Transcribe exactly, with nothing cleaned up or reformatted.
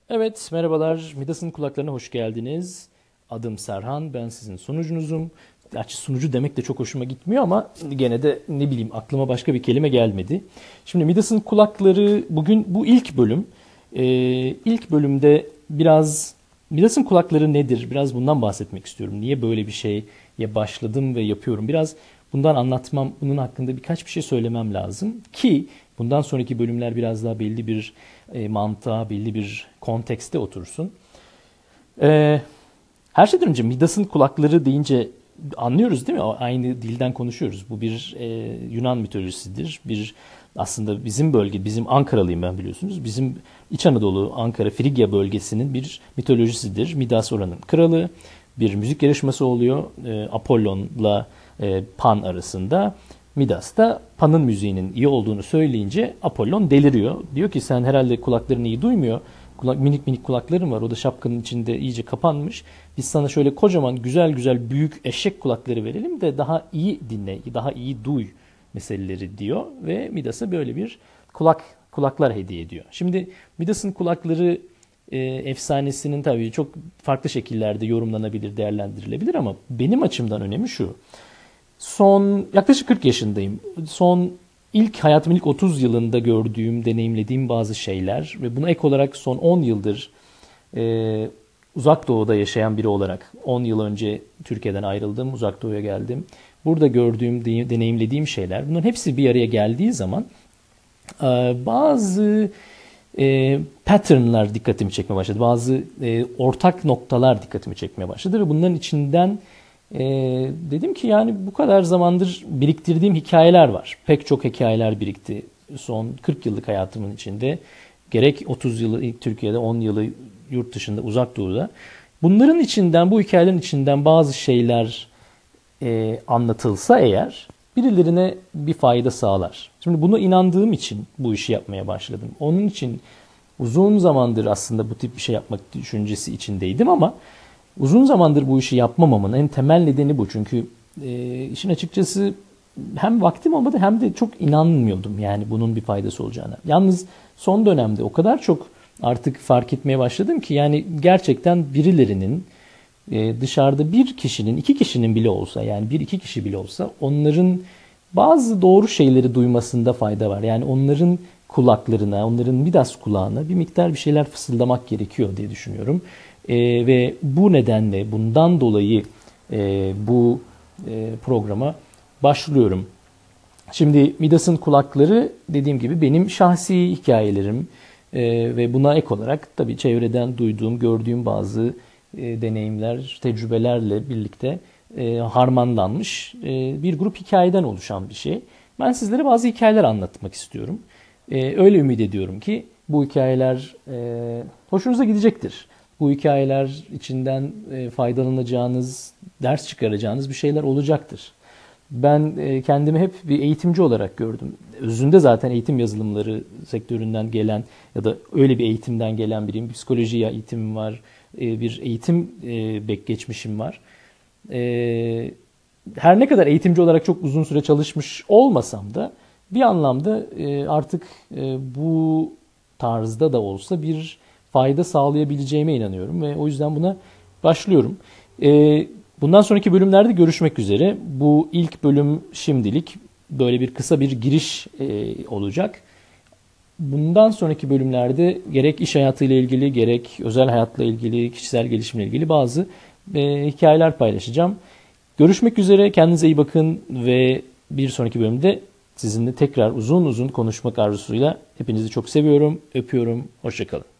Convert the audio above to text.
Evet, merhabalar. Midas'ın kulaklarına hoş geldiniz. Adım Serhan, ben sizin sunucunuzum. Gerçi sunucu demek de çok hoşuma gitmiyor ama gene de ne bileyim aklıma başka bir kelime gelmedi. Şimdi Midas'ın kulakları bugün bu ilk bölüm. Ee, ilk bölümde biraz Midas'ın kulakları nedir? Biraz bundan bahsetmek istiyorum. Niye böyle bir şeye başladım ve yapıyorum? Biraz bundan anlatmam, bunun hakkında birkaç bir şey söylemem lazım ki bundan sonraki bölümler biraz daha belli bir e, mantığa, belli bir kontekste otursun. E, Her şeyden önce Midas'ın kulakları deyince anlıyoruz değil mi? Aynı dilden konuşuyoruz. Bu bir e, Yunan mitolojisidir. Bir aslında bizim bölge, bizim Ankaralıyım ben biliyorsunuz. Bizim İç Anadolu, Ankara, Frigya bölgesinin bir mitolojisidir. Midas oranın kralı. Bir müzik yarışması oluyor. E, Apollon'la e, Pan arasında. Midas da Pan'ın müziğinin iyi olduğunu söyleyince Apollon deliriyor. Diyor ki sen herhalde kulakların iyi duymuyor. Kulak, minik minik kulakların var. O da şapkanın içinde iyice kapanmış. Biz sana şöyle kocaman güzel güzel büyük eşek kulakları verelim de daha iyi dinle, daha iyi duy meseleleri diyor. Ve Midas'a böyle bir kulak kulaklar hediye ediyor. Şimdi Midas'ın kulakları e, efsanesinin tabii çok farklı şekillerde yorumlanabilir, değerlendirilebilir ama benim açımdan önemi şu. Son yaklaşık kırk yaşındayım. Son ilk hayatımın ilk otuz yılında gördüğüm, deneyimlediğim bazı şeyler ve buna ek olarak son on yıldır e, Uzak Doğu'da yaşayan biri olarak on yıl önce Türkiye'den ayrıldım, Uzak Doğu'ya geldim. Burada gördüğüm, deneyimlediğim şeyler, bunların hepsi bir araya geldiği zaman e, bazı e, patternlar dikkatimi çekmeye başladı. Bazı e, ortak noktalar dikkatimi çekmeye başladı ve bunların içinden e, dedim ki yani bu kadar zamandır biriktirdiğim hikayeler var. Pek çok hikayeler birikti son kırk yıllık hayatımın içinde. Gerek otuz yılı ilk Türkiye'de, on yılı yurt dışında, Uzak Doğu'da. Bunların içinden, bu hikayelerin içinden bazı şeyler e, anlatılsa eğer birilerine bir fayda sağlar. Şimdi buna inandığım için bu işi yapmaya başladım. Onun için uzun zamandır aslında bu tip bir şey yapmak düşüncesi içindeydim ama uzun zamandır bu işi yapmamamın en temel nedeni bu. Çünkü e, işin açıkçası hem vaktim olmadı hem de çok inanmıyordum yani bunun bir faydası olacağına. Yalnız son dönemde o kadar çok artık fark etmeye başladım ki yani gerçekten birilerinin e, dışarıda bir kişinin, iki kişinin bile olsa yani bir iki kişi bile olsa onların bazı doğru şeyleri duymasında fayda var. Yani onların kulaklarına, onların Midas kulağına bir miktar bir şeyler fısıldamak gerekiyor diye düşünüyorum. E, ve bu nedenle bundan dolayı e, bu e, programa başlıyorum. Şimdi Midas'ın kulakları dediğim gibi benim şahsi hikayelerim e, ve buna ek olarak tabii çevreden duyduğum, gördüğüm bazı e, deneyimler, tecrübelerle birlikte e, harmanlanmış e, bir grup hikayeden oluşan bir şey. Ben sizlere bazı hikayeler anlatmak istiyorum. E, öyle ümit ediyorum ki bu hikayeler e, hoşunuza gidecektir. Bu hikayeler içinden e, faydalanacağınız, ders çıkaracağınız bir şeyler olacaktır. Ben e, kendimi hep bir eğitimci olarak gördüm. Özünde zaten eğitim yazılımları sektöründen gelen ya da öyle bir eğitimden gelen biriyim. Psikoloji eğitimim var, e, bir eğitim e, geçmişim var. E, Her ne kadar eğitimci olarak çok uzun süre çalışmış olmasam da bir anlamda e, artık e, bu tarzda da olsa bir fayda sağlayabileceğime inanıyorum ve o yüzden buna başlıyorum. E, bundan sonraki bölümlerde görüşmek üzere. Bu ilk bölüm şimdilik böyle bir kısa bir giriş e, olacak. Bundan sonraki bölümlerde gerek iş hayatıyla ilgili, gerek özel hayatla ilgili, kişisel gelişimle ilgili bazı e, hikayeler paylaşacağım. Görüşmek üzere, kendinize iyi bakın ve bir sonraki bölümde sizinle tekrar uzun uzun konuşmak arzusuyla hepinizi çok seviyorum, öpüyorum, hoşça kalın.